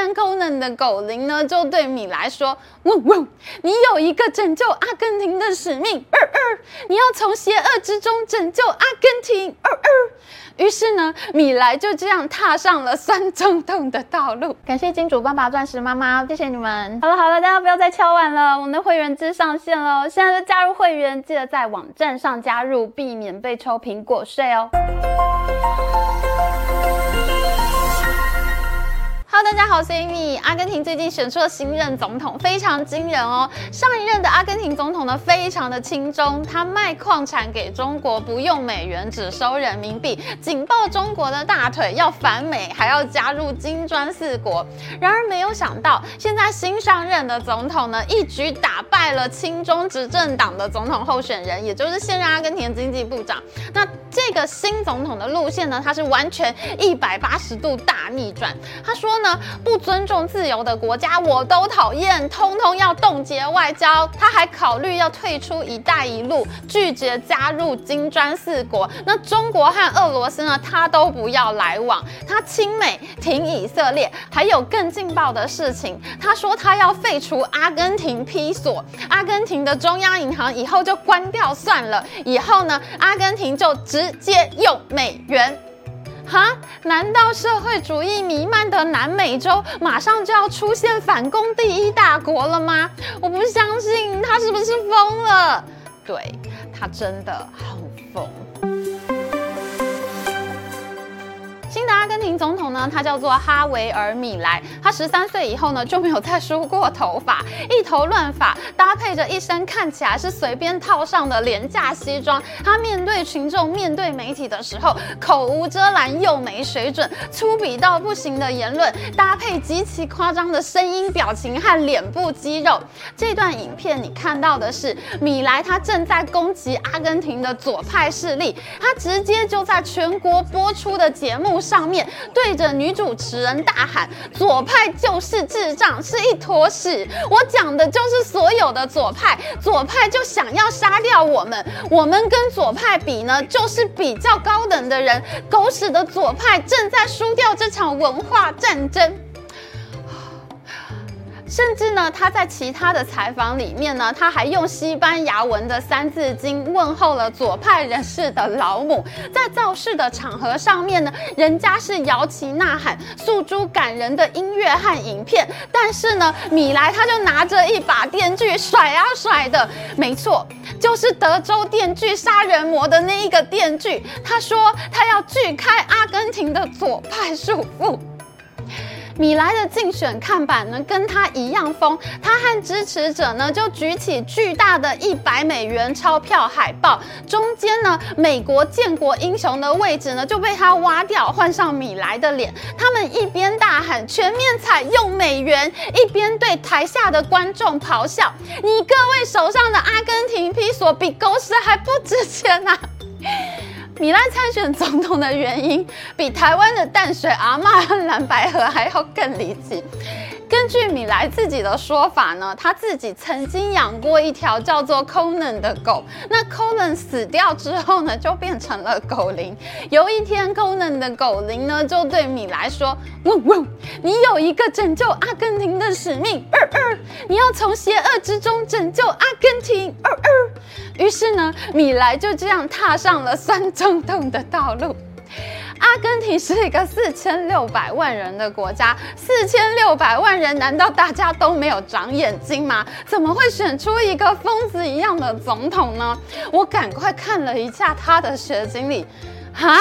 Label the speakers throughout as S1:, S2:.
S1: 天 Conan 的狗灵呢就对米莱说：嗡嗡，你有一个拯救阿根廷的使命，你要从邪恶之中拯救阿根廷，于是呢，米莱就这样踏上了酸中痛的道路。感谢金主爸爸、钻石妈妈，谢谢你们。好了，大家不要再敲碗了，我们的会员制上线了，现在就加入会员，记得在网站上加入，避免被抽苹果税哦。Hello， 大家好，我是 Amy。阿根廷最近选出了新任总统，非常惊人哦。上一任的阿根廷总统呢，非常的亲中，他卖矿产给中国，不用美元，只收人民币，紧抱中国的大腿，要反美，还要加入金砖4国。然而没有想到，现在新上任的总统呢，一举打败了亲中执政党的总统候选人，也就是现任阿根廷经济部长。那这个新总统的路线呢，他是完全180度大逆转。他说呢，不尊重自由的国家我都讨厌，通通要冻结外交。他还考虑要退出“一带一路”，拒绝加入金砖4国。那中国和俄罗斯呢，他都不要来往。他亲美，挺以色列，还有更劲爆的事情。他说他要废除阿根廷批锁，阿根廷的中央银行以后就关掉算了。以后呢，阿根廷就直接用美元。哈？难道社会主义弥漫的南美洲马上就要出现反攻第一大国了吗？我不相信，他是不是疯了？对，他真的很疯。新的阿根廷总统呢，他叫做哈维尔·米莱。他13岁以后呢，就没有再梳过头发，一头乱发，搭配着一身看起来是随便套上的廉价西装。他面对群众、面对媒体的时候，口无遮拦又没水准，粗鄙到不行的言论，搭配极其夸张的声音、表情和脸部肌肉。这段影片你看到的是米莱，他正在攻击阿根廷的左派势力，他直接就在全国播出的节目上面对着女主持人大喊：左派就是智障，是一坨屎！我讲的就是所有的左派，左派就想要杀掉我们，我们跟左派比呢，就是比较高等的人。狗屎的左派正在输掉这场文化战争。甚至呢，他在其他的采访里面呢，他还用西班牙文的3字经问候了左派人士的老母。在造势的场合上面呢，人家是摇旗呐喊，诉诸感人的音乐和影片，但是呢，米莱他就拿着一把电锯甩啊甩的，没错，就是德州电锯杀人魔的那一个电锯。他说他要锯开阿根廷的左派束缚。米莱的竞选看板呢，跟他一样疯，他和支持者呢就举起巨大的100美元钞票海报，中间呢美国建国英雄的位置呢就被他挖掉，换上米莱的脸。他们一边大喊全面采用美元，一边对台下的观众咆哮：你各位手上的阿根廷披索比狗屎还不值钱啊！米莱参选总统的原因，比台湾的淡水阿嬷和蓝白河还要更离奇。根据米莱自己的说法呢，他自己曾经养过一条叫做 Conan 的狗。那 Conan 死掉之后呢，就变成了狗灵。有一天 Conan 的狗灵呢，就对米莱说：嗡嗡，你有一个拯救阿根廷的使命，你要从邪恶之中拯救阿根廷，于是呢，米莱就这样踏上了酸中痛的道路。阿根廷是一个4600万人的国家，4600万人，难道大家都没有长眼睛吗？怎么会选出一个疯子一样的总统呢？我赶快看了一下他的学经历，哈？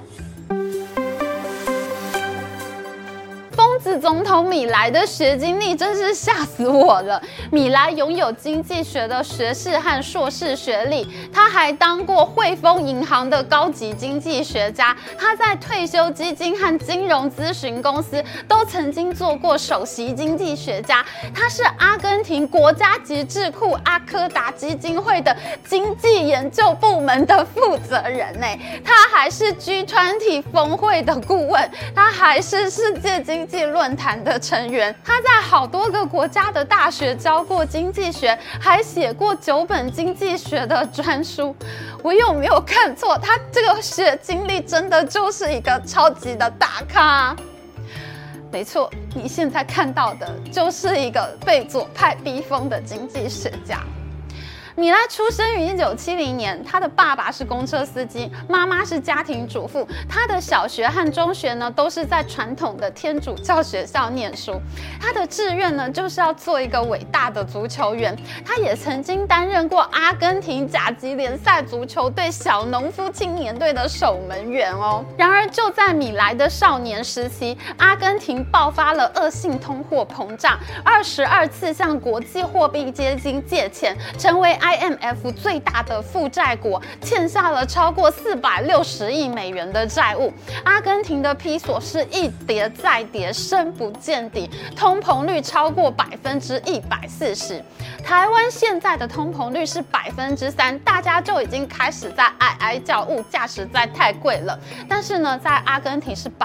S1: 疯子总统米莱的学经历真是吓死我了。米莱拥有经济学的学士和硕士学历，他还当过汇丰银行的高级经济学家。他在退休基金和金融咨询公司都曾经做过首席经济学家。他是阿根廷国家级智库阿科达基金会的经济研究部门的负责人呢。他还是 G20 峰会的顾问，他还是世界经济论坛的成员。他在好多个国家的大学教过经济学，还写过9本经济学的专书。我有没有看错？他这个学经历真的就是一个超级的大咖。 没错，你现在看到的就是一个被左派逼疯的经济学家。米莱出生于1970年，他的爸爸是公车司机，妈妈是家庭主妇。他的小学和中学呢，都是在传统的天主教学校念书。他的志愿呢，就是要做一个伟大的足球员。他也曾经担任过阿根廷甲级联赛足球队小农夫青年队的守门员哦。然而，就在米莱的少年时期，阿根廷爆发了恶性通货膨胀，22次向国际货币基金借钱，成为IMF 最大的负债国，欠下了超过460亿美元的债务。阿根廷的披索是一跌再跌，深不见底，通膨率超过140%。台湾现在的通膨率是3%，大家就已经开始在哀哀叫物价实在太贵了。但是呢，在阿根廷是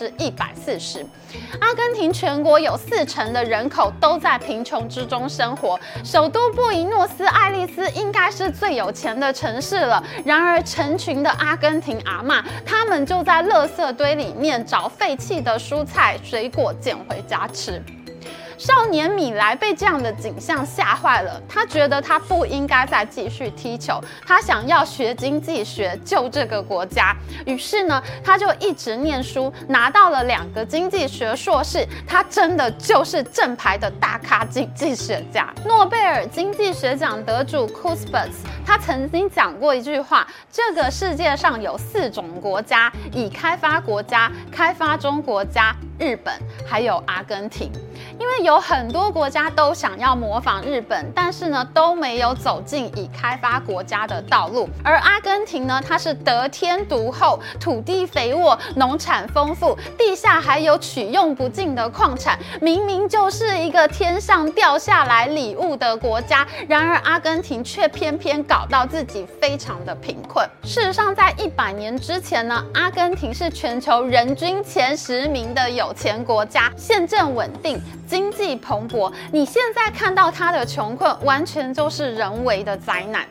S1: 140%。阿根廷全国有40%的人口都在贫穷之中生活，首都布宜诺斯艾利斯应该是最有钱的城市了。然而，成群的阿根廷阿嬷，他们就在垃圾堆里面找废弃的蔬菜、水果捡回家吃。少年米莱被这样的景象吓坏了，他觉得他不应该再继续踢球，他想要学经济学救这个国家。于是呢，他就一直念书，拿到了2个经济学硕士。他真的就是正牌的大咖经济学家。诺贝尔经济学奖得主 Kurzweil， 他曾经讲过一句话：这个世界上有4种国家，已开发国家、开发中国家、日本还有阿根廷。因为有很多国家都想要模仿日本，但是呢都没有走进已开发国家的道路。而阿根廷呢，它是得天独厚，土地肥沃，农产丰富，地下还有取用不尽的矿产，明明就是一个天上掉下来礼物的国家，然而阿根廷却偏偏搞到自己非常的贫困。事实上，在100年之前呢，阿根廷是全球人均前10名的有钱国家，宪政稳定，经济蓬勃。你现在看到它的穷困，完全就是人为的灾难。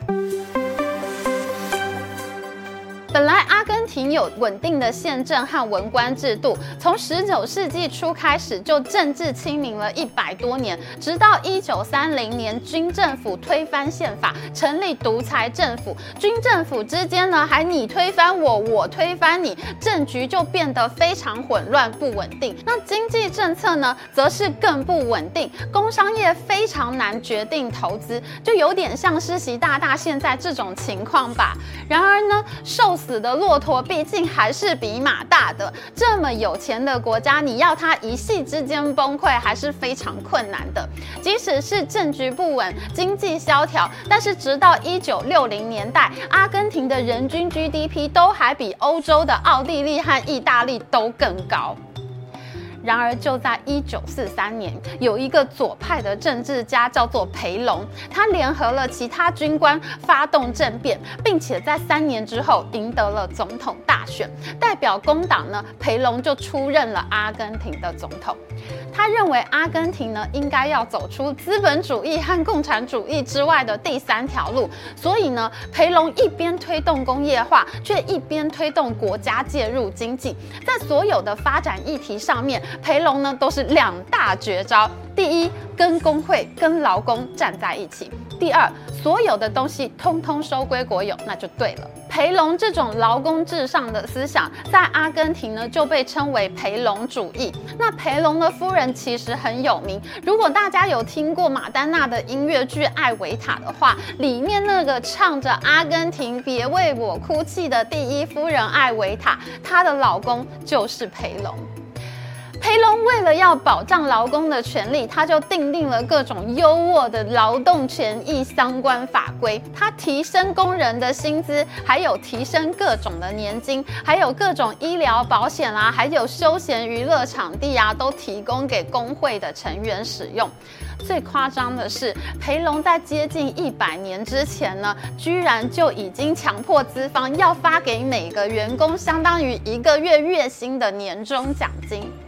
S1: 本来阿根廷有稳定的宪政和文官制度，从19世纪初开始就政治清明了100多年，直到1930年军政府推翻宪法，成立独裁政府。军政府之间呢，还你推翻我，我推翻你，政局就变得非常混乱不稳定。那经济政策呢，则是更不稳定，工商业非常难决定投资，就有点像是习大大现在这种情况吧。然而呢，瘦死的骆驼毕竟还是比马大的，这么有钱的国家，你要它一夕之间崩溃还是非常困难的。即使是政局不稳、经济萧条，但是直到1960年代，阿根廷的人均 GDP 都还比欧洲的奥地利和意大利都更高。然而，就在1943年，有一个左派的政治家叫做培龙，他联合了其他军官发动政变，并且在3年之后赢得了总统大选。代表工党呢，培龙就出任了阿根廷的总统。他认为阿根廷呢，应该要走出资本主义和共产主义之外的第3条路，所以呢，培龙一边推动工业化，却一边推动国家介入经济。在所有的发展议题上面，培龙呢都是2大绝招：第一，跟工会、跟劳工站在一起；第二，所有的东西通通收归国有，那就对了。培龙这种劳工至上的思想，在阿根廷呢就被称为培龙主义。那培龙的夫人其实很有名，如果大家有听过马丹娜的音乐剧《艾维塔》的话，里面那个唱着“阿根廷别为我哭泣”的第1夫人艾维塔，她的老公就是培龙。培龙为了要保障劳工的权利，他就订定了各种优渥的劳动权益相关法规。他提升工人的薪资，还有提升各种的年金，还有各种医疗保险啊，还有休闲娱乐场地啊，都提供给工会的成员使用。最夸张的是，培龙在接近100年之前呢，居然就已经强迫资方要发给每个员工相当于1个月月薪的年终奖金。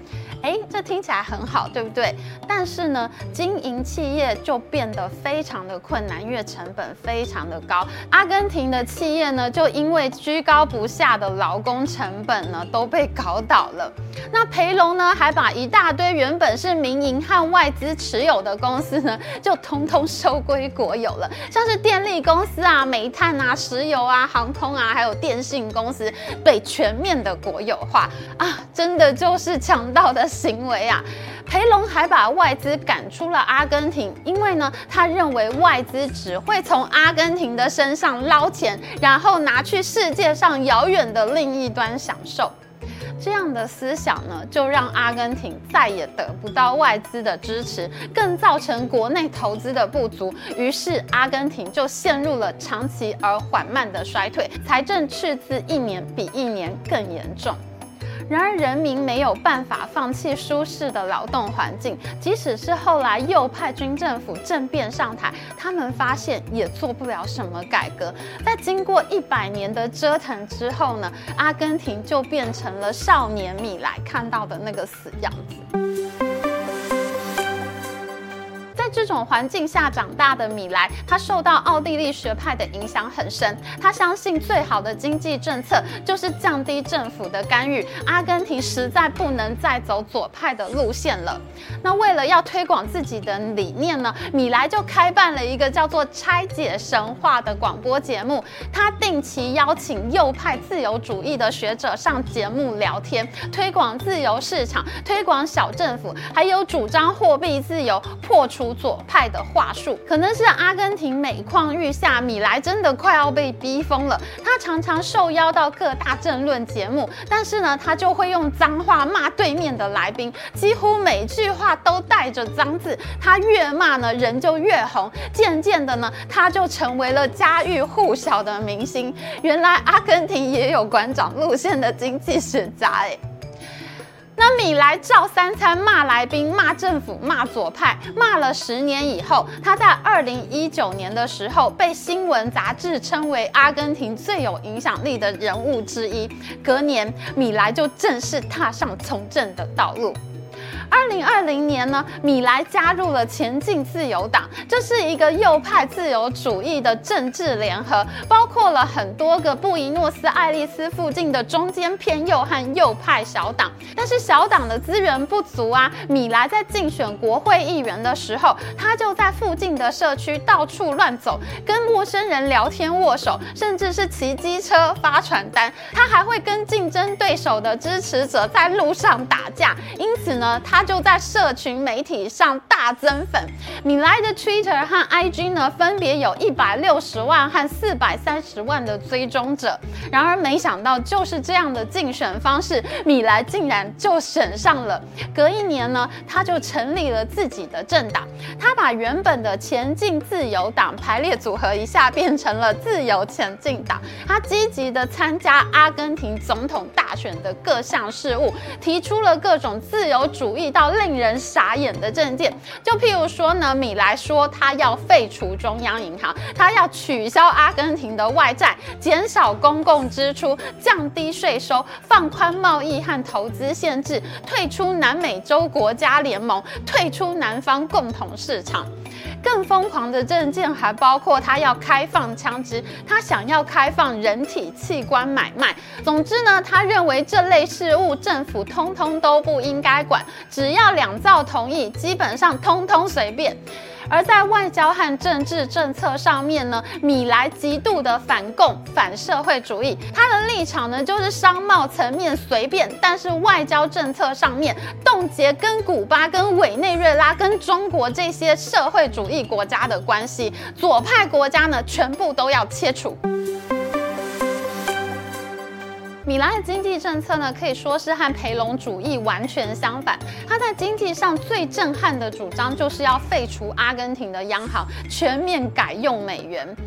S1: 这听起来很好，对不对？但是呢，经营企业就变得非常的困难，因为成本非常的高。阿根廷的企业呢，就因为居高不下的劳工成本呢，都被搞倒了。那培龙呢，还把一大堆原本是民营和外资持有的公司呢，就通通收归国有了，像是电力公司啊、煤炭啊、石油啊、航空啊，还有电信公司被全面的国有化啊，真的就是强盗的行为啊！培龙还把外资赶出了阿根廷，因为呢，他认为外资只会从阿根廷的身上捞钱，然后拿去世界上遥远的另一端享受。这样的思想呢，就让阿根廷再也得不到外资的支持，更造成国内投资的不足。于是，阿根廷就陷入了长期而缓慢的衰退，财政赤字一年比一年更严重。然而，人民没有办法放弃舒适的劳动环境，即使是后来右派军政府政变上台，他们发现也做不了什么改革。在经过100年的折腾之后呢，阿根廷就变成了少年米莱看到的那个死样子。在这种环境下长大的米莱，他受到奥地利学派的影响很深。他相信最好的经济政策就是降低政府的干预。阿根廷实在不能再走左派的路线了。那为了要推广自己的理念呢，米莱就开办了一个叫做《拆解神话》的广播节目。他定期邀请右派自由主义的学者上节目聊天，推广自由市场，推广小政府，还有主张货币自由，破除左派的话术。可能是阿根廷每况愈下，米莱真的快要被逼疯了。他常常受邀到各大政论节目，但是呢，他就会用脏话骂对面的来宾，几乎每句话都带着脏字。他越骂呢，人就越红。渐渐的呢，他就成为了家喻户晓的明星。原来阿根廷也有馆长路线的经济学家那米莱照三餐骂来宾、骂政府、骂左派，骂了10年以后，他在2019年的时候被新闻杂志称为阿根廷最有影响力的人物之一。隔年，米莱就正式踏上从政的道路。2020年呢，米莱加入了前进自由党，这是一个右派自由主义的政治联合，包括了很多个布宜诺斯艾利斯附近的中间偏右和右派小党。但是小党的资源不足啊，米莱在竞选国会议员的时候，他就在附近的社区到处乱走，跟陌生人聊天握手，甚至是骑机车发传单。他还会跟竞争对手的支持者在路上打架，因此呢，他就在社群媒体上大增粉。米莱的 Twitter 和 IG 呢，分别有160万和430万的追踪者。然而没想到，就是这样的竞选方式，米莱竟然就选上了。隔一年呢，他就成立了自己的政党。他把原本的前进自由党排列组合一下，变成了自由前进党。他积极的参加阿根廷总统大选的各项事务，提出了各种自由主义到令人傻眼的政见。就譬如说呢，米莱说他要废除中央银行，他要取消阿根廷的外债，减少公共支出，降低税收，放宽贸易和投资限制，退出南美洲国家联盟，退出南方共同市场。更疯狂的政见还包括他要开放枪支，他想要开放人体器官买卖。总之呢，他认为这类事务政府通通都不应该管，只要两造同意，基本上通通随便。而在外交和政治政策上面呢，米莱极度的反共、反社会主义。他的立场呢，就是商贸层面随便，但是外交政策上面冻结跟古巴、跟委内瑞拉、跟中国这些社会主义国家的关系，左派国家呢，全部都要切除。米莱的经济政策呢，可以说是和培龙主义完全相反。他在经济上最震撼的主张，就是要废除阿根廷的央行，全面改用美元。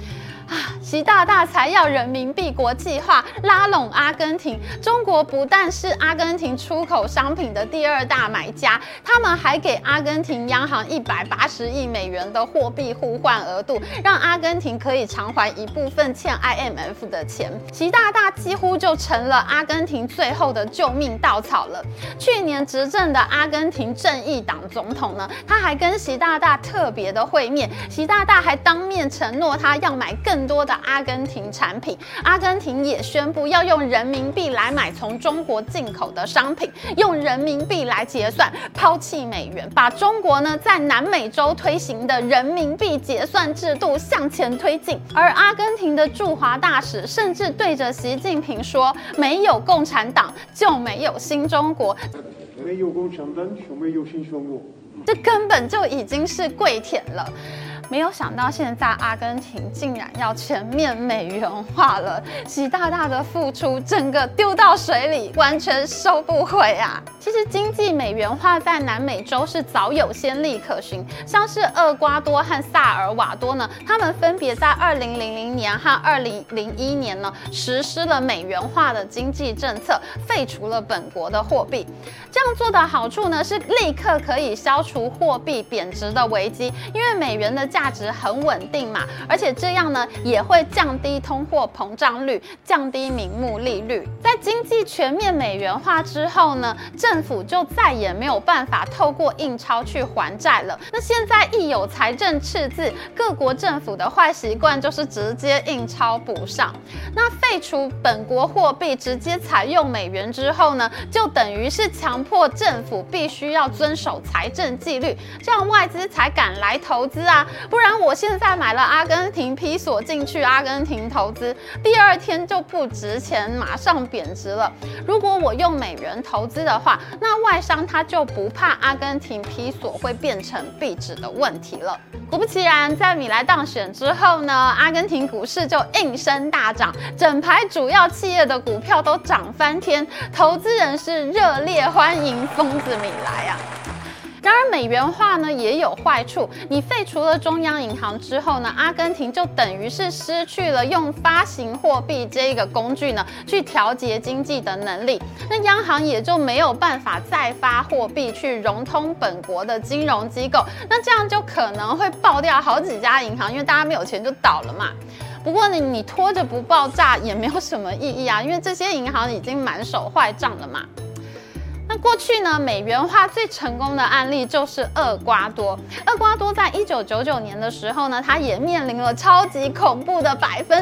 S1: 习大大才要人民币国际化，拉拢阿根廷。中国不但是阿根廷出口商品的第2大买家，他们还给阿根廷央行180亿美元的货币互换额度，让阿根廷可以偿还一部分欠 IMF 的钱。习大大几乎就成了阿根廷最后的救命稻草了。去年执政的阿根廷正义党总统呢，他还跟习大大特别的会面，习大大还当面承诺他要买更多的阿根廷产品，阿根廷也宣布要用人民币来买从中国进口的商品，用人民币来结算，抛弃美元，把中国呢在南美洲推行的人民币结算制度向前推进。而阿根廷的驻华大使甚至对着习近平说：“没有共产党就没有新中国。”
S2: 没有共产党就没有新中国。
S1: 这根本就已经是跪舔了。没有想到现在阿根廷竟然要全面美元化了，习大大的付出整个丢到水里，完全收不回啊！其实经济美元化在南美洲是早有先例可循，像是厄瓜多和萨尔瓦多呢，他们分别在2000年和2001年呢实施了美元化的经济政策，废除了本国的货币。这样做的好处呢是立刻可以消除货币贬值的危机，因为美元的价值很稳定嘛，而且这样呢也会降低通货膨胀率，降低名目利率。在经济全面美元化之后呢，政府就再也没有办法透过印钞去还债了。那现在一有财政赤字，各国政府的坏习惯就是直接印钞补上。那废除本国货币，直接采用美元之后呢，就等于是强迫政府必须要遵守财政纪律，这样外资才敢来投资啊。不然我现在买了阿根廷披索进去阿根廷投资，第2天就不值钱，马上贬值了。如果我用美元投资的话，那外商他就不怕阿根廷披索会变成币值的问题了。果不其然，在米莱当选之后呢，阿根廷股市就应声大涨，整排主要企业的股票都涨翻天，投资人是热烈欢迎疯子米莱啊。然而美元化呢也有坏处，你废除了中央银行之后呢，阿根廷就等于是失去了用发行货币这个工具呢去调节经济的能力，那央行也就没有办法再发货币去融通本国的金融机构，那这样就可能会爆掉好几家银行，因为大家没有钱就倒了嘛。不过呢，你拖着不爆炸也没有什么意义啊，因为这些银行已经满手坏账了嘛。那过去呢，美元化最成功的案例就是厄瓜多。厄瓜多在1999年的时候呢，它也面临了超级恐怖的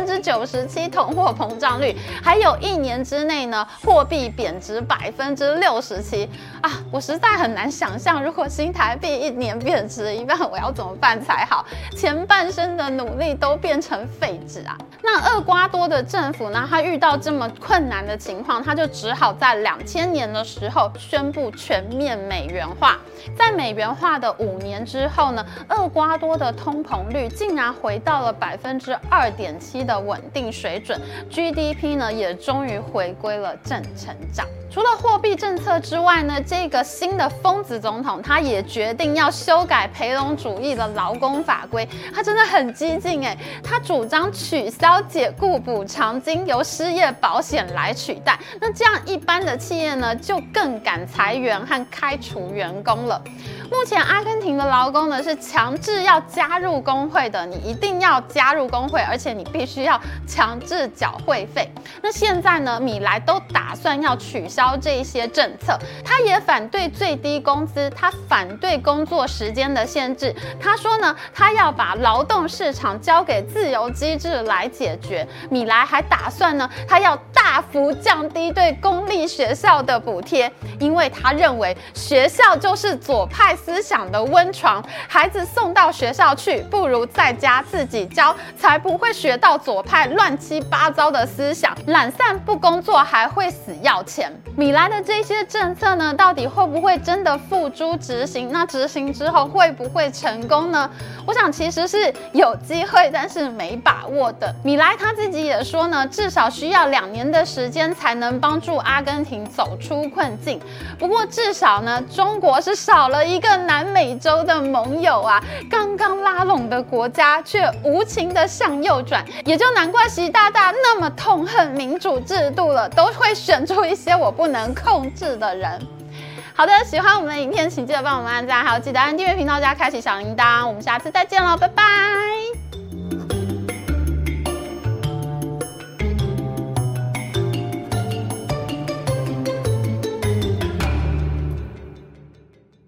S1: 97%通货膨胀率，还有1年之内呢，货币贬值67%啊！我实在很难想象，如果新台币1年贬值1半，我要怎么办才好？前半生的努力都变成废纸啊！那厄瓜多的政府呢，他遇到这么困难的情况，他就只好在2000年的时候宣布全面美元化。在美元化的5年之后呢，厄瓜多的通膨率竟然回到了2.7%的稳定水准 ，GDP 呢也终于回归了正成长。除了货币政策之外呢，这个新的疯子总统他也决定要修改培龙主义的劳工法规，他真的很激进哎，他主张取消解雇补偿金，由失业保险来取代。那这样一般的企业呢，就更敢裁员和开除员工了。目前阿根廷的劳工呢是强制要加入工会的，你一定要加入工会，而且你必须要强制缴会费。那现在呢，米莱都打算要取消这一些政策，他也反对最低工资，他反对工作时间的限制。他说呢，他要把劳动市场交给自由机制来解决。米莱还打算呢，他要大幅降低对公立学校的补贴，因为他认为学校就是左派思想的温床，孩子送到学校去，不如在家自己教，才不会学到左派乱七八糟的思想，懒散不工作还会死要钱。米莱的这些政策呢，到底会不会真的付诸执行？那执行之后会不会成功呢？我想其实是有机会，但是没把握的。米莱他自己也说呢，至少需要2年的时间才能帮助阿根廷走出困境。不过至少呢，中国是少了一个个南美洲的盟友啊，刚刚拉拢的国家却无情的向右转，也就难怪习大大那么痛恨民主制度了，都会选出一些我不能控制的人。好的，喜欢我们的影片，请记得帮我们按赞，还有记得按订阅频道加开启小铃铛。我们下次再见喽，拜拜。